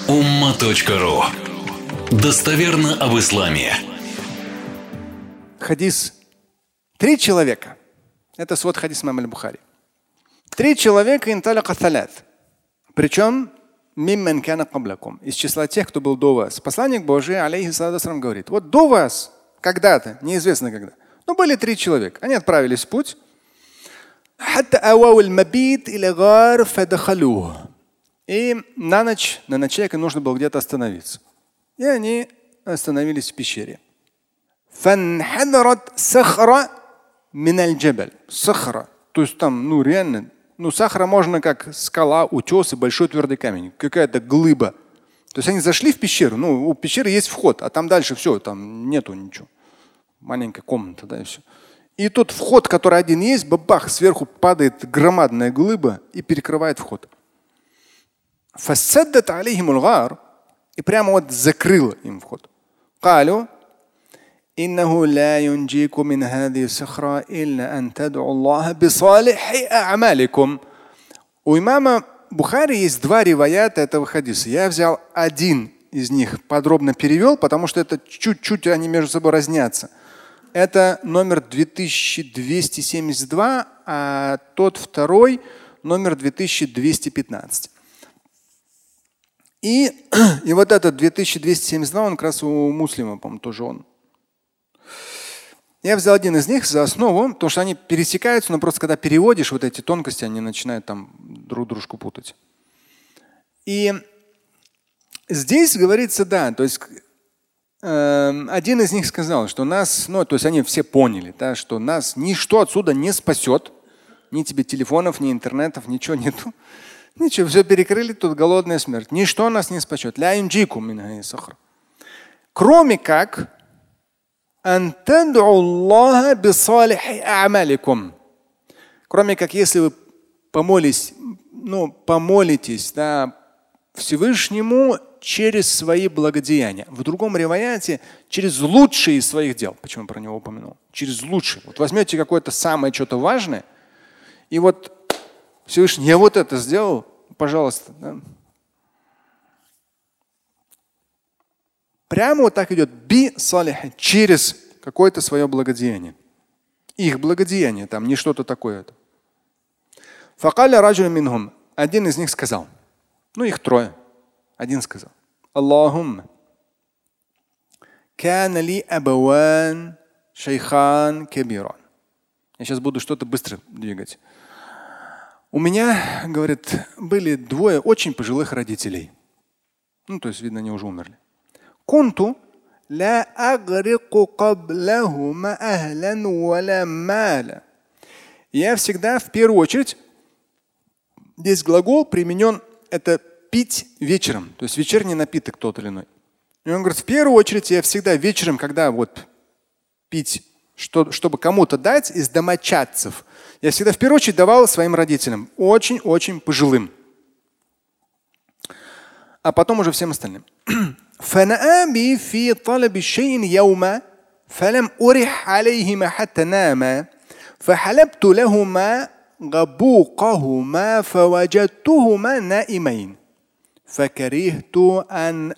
umma.ru. Достоверно об исламе. Хадис. 3 человека. Это свод хадис имама аль-Бухари. 3 человека инталака талят. Причем мимман кана каблакум. Из числа тех, кто был до вас. Посланник Божий, алейхиссалату вассалям, говорит: вот до вас, когда-то, неизвестно когда, но были 3 человека. Они отправились в путь. И на ночь, на ночлег им нужно было где-то остановиться. И они остановились в пещере. Сахара, то есть там, реально, сахара можно как скала, утес и большой твердый камень, какая-то глыба. То есть они зашли в пещеру, у пещеры есть вход, а там дальше все, там нету ничего. Маленькая комната, да, и все. И тот вход, который один есть, бабах, сверху падает громадная глыба и перекрывает вход. И прямо вот закрыла им вход. قالوا إنه لا ينجيكم من هذه الصخرة إلا أن تدعوا الله بصالح أعمالكم. У имама Бухари есть 2 риваята этого хадиса. Я взял один из них, подробно перевел, потому что это чуть-чуть они между собой разнятся. Это номер 2272, а тот второй номер 2215. И вот этот 2272, он как раз у Муслима, по-моему, тоже он. Я взял один из них за основу, потому что они пересекаются, но просто когда переводишь вот эти тонкости, они начинают там друг дружку путать. И здесь говорится, да, то есть один из них сказал, что нас, то есть они все поняли, да, что нас ничто отсюда не спасет, ни тебе телефонов, ни интернетов, ничего нету. Ничего, все перекрыли, тут голодная смерть. Ничто нас не спасет. Кроме как кроме как если вы помолитесь, да, Всевышнему через свои благодеяния. В другом риваяте через лучшие из своих дел. Почему я про него упомянул? Через лучшие. Вот возьмете какое-то самое что-то важное, и вот Всевышний, я вот это сделал, пожалуйста. Да. Прямо вот так идет через какое-то свое благодеяние. Их благодеяние, там не что-то такое. Один из них сказал, их 3. Один сказал: Аллахумма кана ли абаван шейхан кабиран. Я сейчас буду что-то быстро двигать. У меня, говорит, были 2 очень пожилых родителей. То есть, видно, они уже умерли. Кунту ла агрику каблахума ахлан вала маля. Я всегда в первую очередь, здесь глагол применен, это пить вечером, то есть вечерний напиток тот или иной. И он говорит, в первую очередь я всегда вечером, когда вот пить, чтобы кому-то дать из домочадцев, я всегда в первую очередь давал своим родителям, очень-очень пожилым. А потом уже всем остальным. فكرهت أن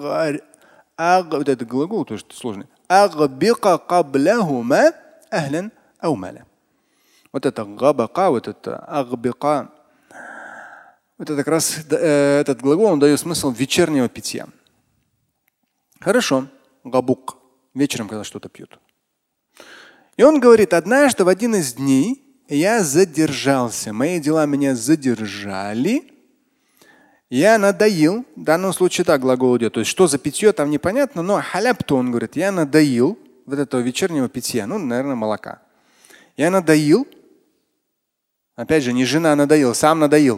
это глагол тоже сложный. أغبق قبلهما أهلا أو مالا. Вот это габака, вот это агбика, вот это как раз этот глагол, он дает смысл вечернего питья. Хорошо, габук, вечером, когда что-то пьют. И он говорит, однажды в один из дней я задержался, мои дела меня задержали. Я надоил, в данном случае так глагол идет, то есть что за питье там непонятно, но халябту, он говорит, я надоил вот этого вечернего питья, наверное, молока. Я надоил, опять же, не жена надоила, сам надоил.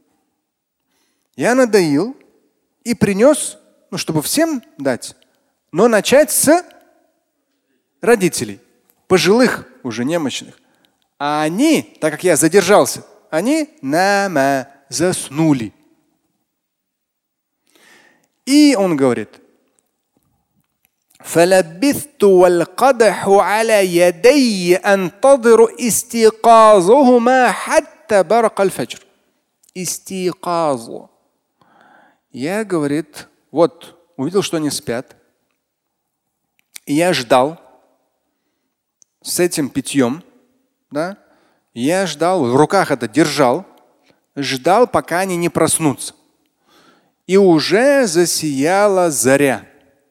Я надоил и принес, чтобы всем дать, но начать с родителей, пожилых, уже немощных. А они, так как я задержался, они заснули. И он говорит, فلبثت والقدح على يدي أنتظر استيقاظهما حتى برق الفجر. استيقاظ. я, говорит, вот увидел, что они спят. И я ждал с этим питьем, да, я ждал, в руках это держал, ждал, пока они не проснутся. И уже засияла заря.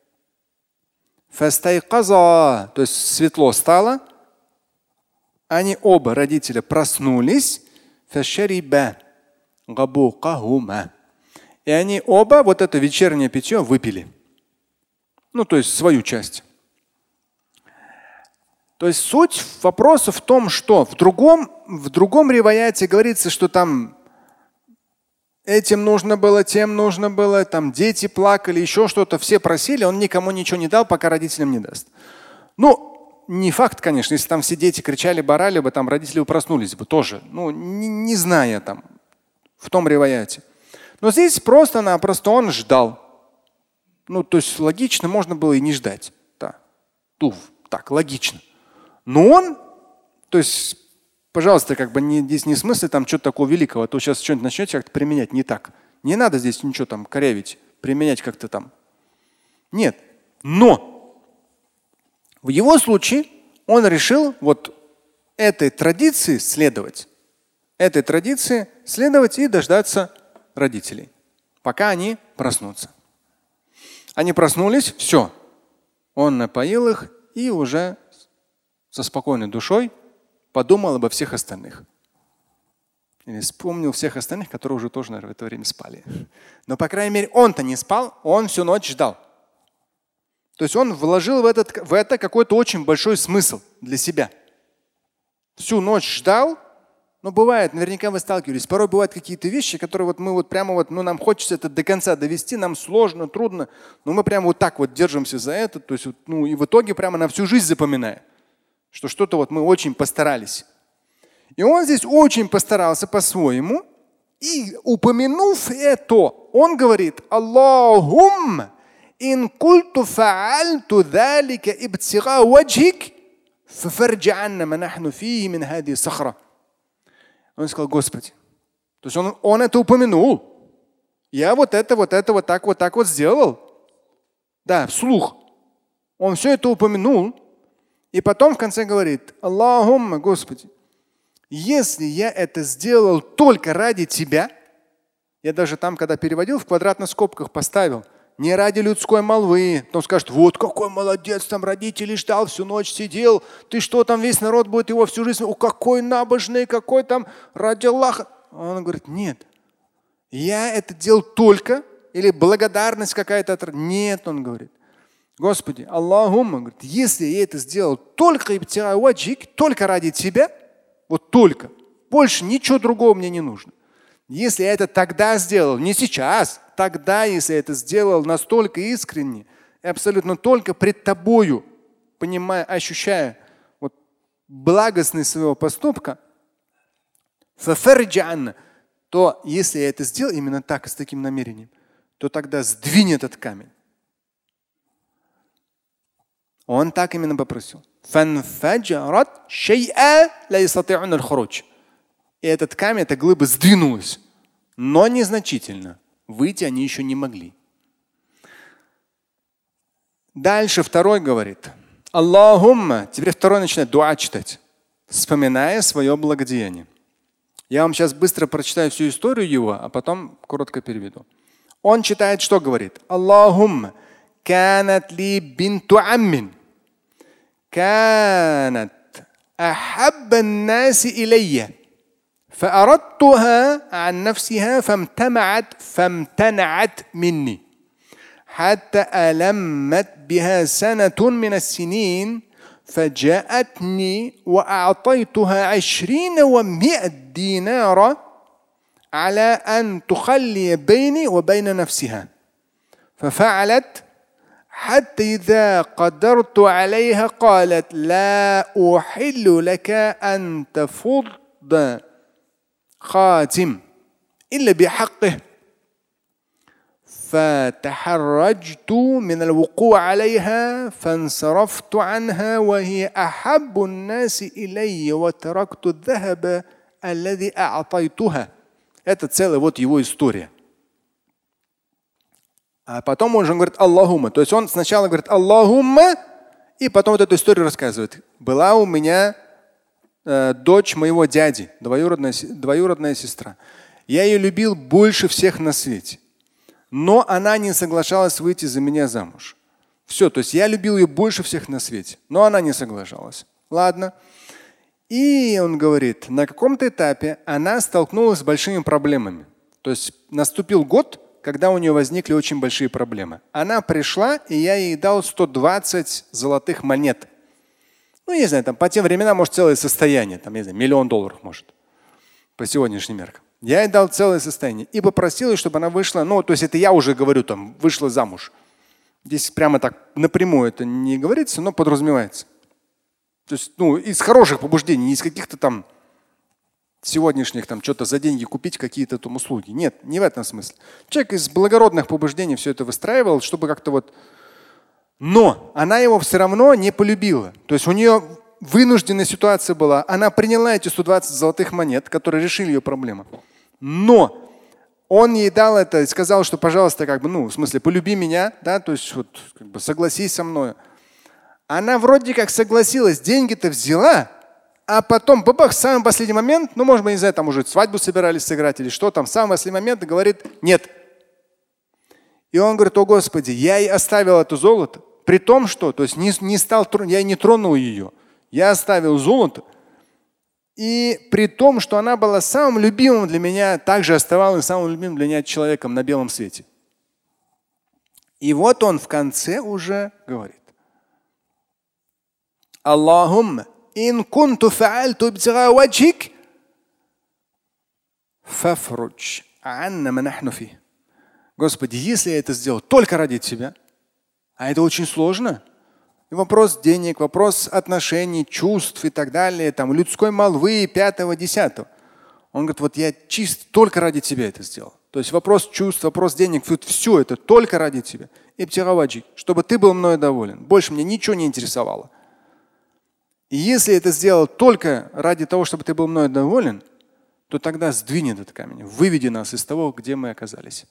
Фастайказа, то есть светло стало. Они оба, родители, проснулись. Фашариба габукахума. И они оба вот это вечернее питье выпили. Ну, то есть свою часть. То есть суть вопроса в том, что в другом риваяте говорится, что там этим нужно было, тем нужно было, там дети плакали, еще что-то, все просили, он никому ничего не дал, пока родителям не даст. Ну, не факт, конечно, если там все дети кричали, барали бы, там родители бы проснулись бы тоже, ну, не зная там в том риваяте. Но здесь просто-напросто он ждал. Ну, то есть логично можно было и не ждать. Да. Так, логично. Но он, то есть, пожалуйста, как бы здесь не в смысле там что-то такого великого, а то сейчас что-нибудь начнете как-то применять не так. Не надо здесь ничего там корявить, применять как-то там. Нет. Но в его случае он решил вот этой традиции следовать. Этой традиции следовать и дождаться родителей, пока они проснутся. Они проснулись, все. Он напоил их и уже со спокойной душой подумал обо всех остальных. Или вспомнил всех остальных, которые уже тоже, наверное, в это время спали. Но, по крайней мере, он-то не спал, он всю ночь ждал. То есть он вложил в это какой-то очень большой смысл для себя. Всю ночь ждал. Но бывает, наверняка вы сталкивались, порой бывают какие-то вещи, которые вот мы вот прямо вот, ну, нам хочется это до конца довести, нам сложно, трудно, но мы прямо вот так вот держимся за это, то есть, ну, и в итоге прямо на всю жизнь запоминаем, что что-то вот мы очень постарались. И он здесь очень постарался по-своему, и упомянув это, он говорит: Аллахумма ин культу фаальту залика ибтига ваджхик фафарджи анна ма нахну фии мин хади сахра. Он сказал: Господи. То есть он это упомянул. Я вот так вот сделал. Да, вслух. Он все это упомянул. И потом в конце говорит: Аллахумма, Господи, если я это сделал только ради Тебя, я даже там, когда переводил, в квадратных скобках поставил, не ради людской молвы. Он скажет: вот какой молодец, там родители ждал, всю ночь сидел. Ты что, там весь народ будет его всю жизнь, о, какой набожный, какой там ради Аллаха. Он говорит: нет, я это делал только, или благодарность какая-то. Нет, он говорит: Господи, Аллахумма, говорит, если я это сделал только ради Тебя, вот только, больше ничего другого мне не нужно. Если я это тогда сделал, не сейчас, тогда, если я это сделал настолько искренне и абсолютно только пред Тобою, понимая, ощущая вот благостность своего поступка, то если я это сделал именно так, с таким намерением, то тогда сдвинь этот камень. Он так именно попросил. И этот камень, эта глыба сдвинулась, но незначительно. Выйти они еще не могли. Дальше второй говорит: Аллахумма. Теперь второй начинает дуа читать, вспоминая свое благодеяние. Я вам сейчас быстро прочитаю всю историю его, а потом коротко переведу. Он читает, что говорит: Аллахумма канат ли бинту аммин. Канат ахабба ан-наси иlayya. فأردتها عن نفسها فامتنعت مني حتى ألمت بها سنة من السنين فجاءتني وأعطيتها 20 و100 دينار على أن تخلي بيني وبين نفسها ففعلت حتى إذا قدرت عليها قالت لا أحل لك أن تفض خاتم إلا بحقه فتحرجت من الوقوع عليها فانصرفت عنها وهي أحب الناس إلي وتركت الذهب الذي أعطيتها. Это целая вот его история. А потом он же говорит Аллахумма. То есть он сначала говорит Аллахумма, и потом вот эту историю рассказывает. Была у меня дочь моего дяди, двоюродная сестра. Я ее любил больше всех на свете. Но она не соглашалась выйти за меня замуж. Все, то есть я любил ее больше всех на свете, но она не соглашалась. Ладно. И он говорит, на каком-то этапе она столкнулась с большими проблемами. То есть наступил год, когда у нее возникли очень большие проблемы. Она пришла, и я ей дал 120 золотых монет. Ну, не знаю, там по тем временам, может, целое состояние, там, не знаю, $1 миллион, может, по сегодняшним меркам. Я ей дал целое состояние и попросил ее, чтобы она вышла, ну, то есть это я уже говорю, там, вышла замуж. Здесь прямо так напрямую это не говорится, но подразумевается. То есть, ну, из хороших побуждений, не из каких-то там сегодняшних там что-то за деньги купить какие-то там услуги. Нет, не в этом смысле. Человек из благородных побуждений все это выстраивал, чтобы как-то вот. Но она его все равно не полюбила. То есть у нее вынужденная ситуация была. Она приняла эти 120 золотых монет, которые решили ее проблему. Но он ей дал это и сказал, что, пожалуйста, как бы, ну, в смысле, полюби меня, да, то есть вот, как бы, согласись со мной. Она вроде как согласилась, деньги-то взяла, а потом, бабах, в самый последний момент, ну, может быть, не знаю, там уже свадьбу собирались сыграть или что там, в самый последний момент говорит нет. И он говорит, о Господи, я ей оставил это золото, при том, что, то есть я не тронул ее, я оставил золото, и при том, что она была самым любимым для меня, также оставалась самым любимым для меня человеком на белом свете. И вот он в конце уже говорит. Аллахумма ин кунту фа'альту ибтига ваджхик фафрудж анна ма нахну фи. Господи, если я это сделал только ради Тебя, а это очень сложно, и вопрос денег, вопрос отношений, чувств и так далее, там, людской молвы, 5-го, 10-го. Он говорит, вот я чисто только ради Тебя это сделал. То есть вопрос чувств, вопрос денег, все это только ради Тебя. Ибтига ваджхик, чтобы Ты был мною доволен. Больше мне ничего не интересовало. И если это сделал только ради того, чтобы ты был мною доволен, то тогда сдвинь этот камень, выведи нас из того, где мы оказались.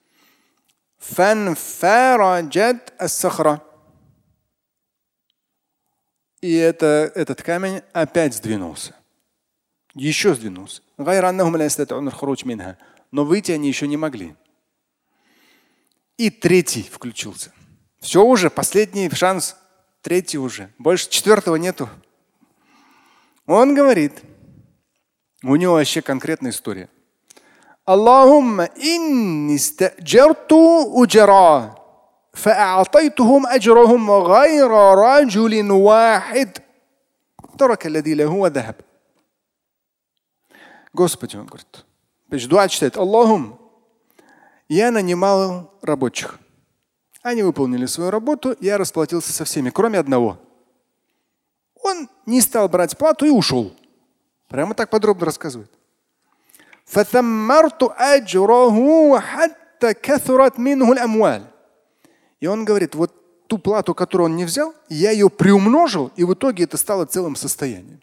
И этот камень опять сдвинулся. Еще сдвинулся. Но выйти они еще не могли. И третий включился. Все уже, последний шанс, третий уже. Больше 4-го нету. Он говорит, у него вообще конкретная история. Аллахумма инни стаджарту уджара фа'атайтухум аджрахум гайра раджулин вахид тарака аллади лаху ва дахаб. Господи, он говорит, дуа читает, Аллахум, я нанимал рабочих. Они выполнили свою работу, я расплатился со всеми, кроме одного. Он не стал брать плату и ушел. Прямо так подробно рассказывает. И он говорит, вот ту плату, которую он не взял, я ее приумножил, и в итоге это стало целым состоянием.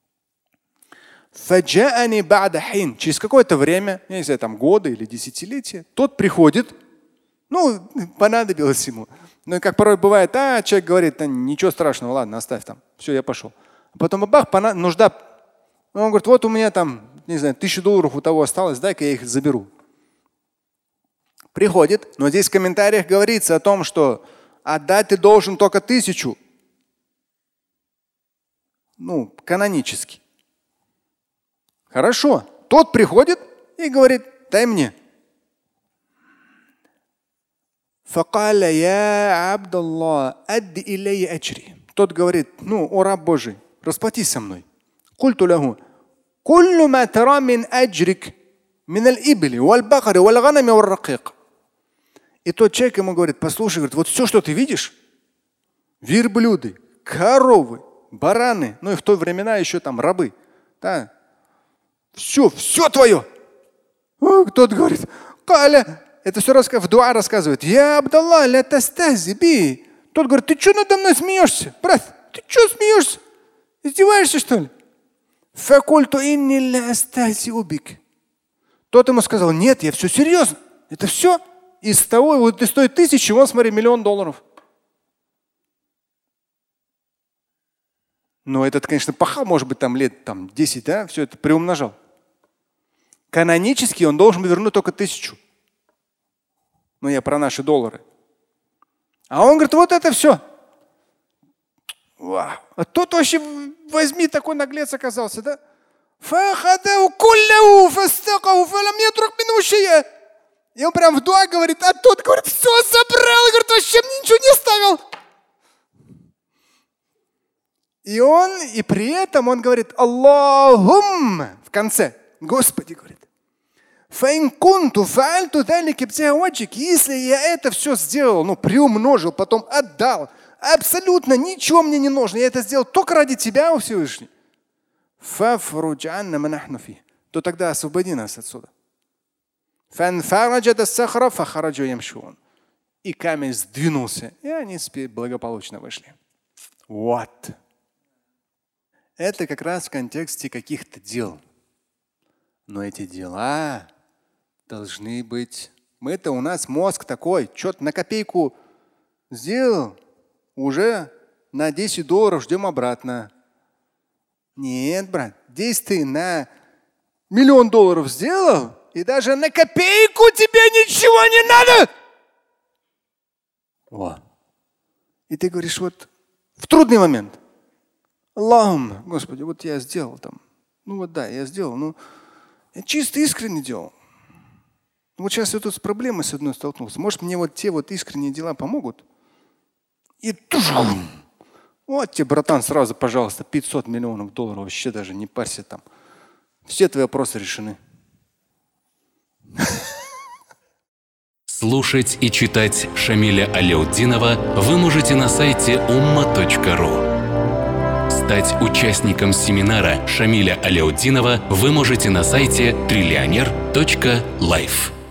Через какое-то время, я не знаю, там годы или десятилетия, тот приходит, ну, понадобилось ему. Ну, как порой бывает, человек говорит, ничего страшного, ладно, оставь там. Все, я пошел. А потом бах, нужда. Он говорит, вот у меня там, не знаю, $1000 у того осталось, дай-ка я их заберу. Приходит, но здесь в комментариях говорится о том, что отдать ты должен только 1000. Ну, канонически. Хорошо. Тот приходит и говорит, дай мне. Тот говорит, ну, о раб Божий, расплатись со мной. И тот человек ему говорит, послушай, говорит, вот все, что ты видишь, верблюды, коровы, бараны, ну и в то времена еще там рабы, да, все твое. Кто-то говорит, Каля, это все в дуа рассказывает. Я Абдалла, ля тастази би. Тот говорит, ты что надо мной смеешься? Брат, ты что смеешься? Издеваешься, что ли? Факульту инни ля астази убик. Тот ему сказал, нет, я все серьезно. Это все. из того, вот из той 1000, вон, смотри, $1 000 000. Но этот, конечно, пахал, может быть, там лет 10, да, все это приумножал. Канонически он должен вернуть только 1000. Ну, я про наши доллары. А он говорит, вот это все. Вау. А тот вообще, возьми, такой наглец оказался, да? И он прям в дуа говорит, а тот говорит, все забрал, и говорит, вообще мне ничего не оставил. И при этом он говорит, Аллахумма, в конце, Господи, говорит, если я это все сделал, приумножил, потом отдал, абсолютно ничего мне не нужно, я это сделал только ради тебя, о Всевышний, то тогда освободи нас отсюда. И камень сдвинулся, и они благополучно вышли. Вот. Это как раз в контексте каких-то дел. Но эти дела должны быть. Мы-то у нас мозг такой, что-то на копейку сделал, уже на $10 ждем обратно. Нет, брат, здесь ты на $1 000 000 сделал, и даже на копейку тебе ничего не надо. Во. И ты говоришь, вот в трудный момент. Аллахум, Господи, вот я сделал там. Ну вот да, я сделал. Я чисто искренне делал. Вот сейчас я тут с проблемой с одной столкнулся. Может, мне вот те вот искренние дела помогут? И вот тебе, братан, сразу, пожалуйста, $500 миллионов. Вообще даже не парься там. Все твои вопросы решены. Слушать и читать Шамиля Аляутдинова вы можете на сайте umma.ru. Стать участником семинара Шамиля Аляутдинова вы можете на сайте trillioner.life.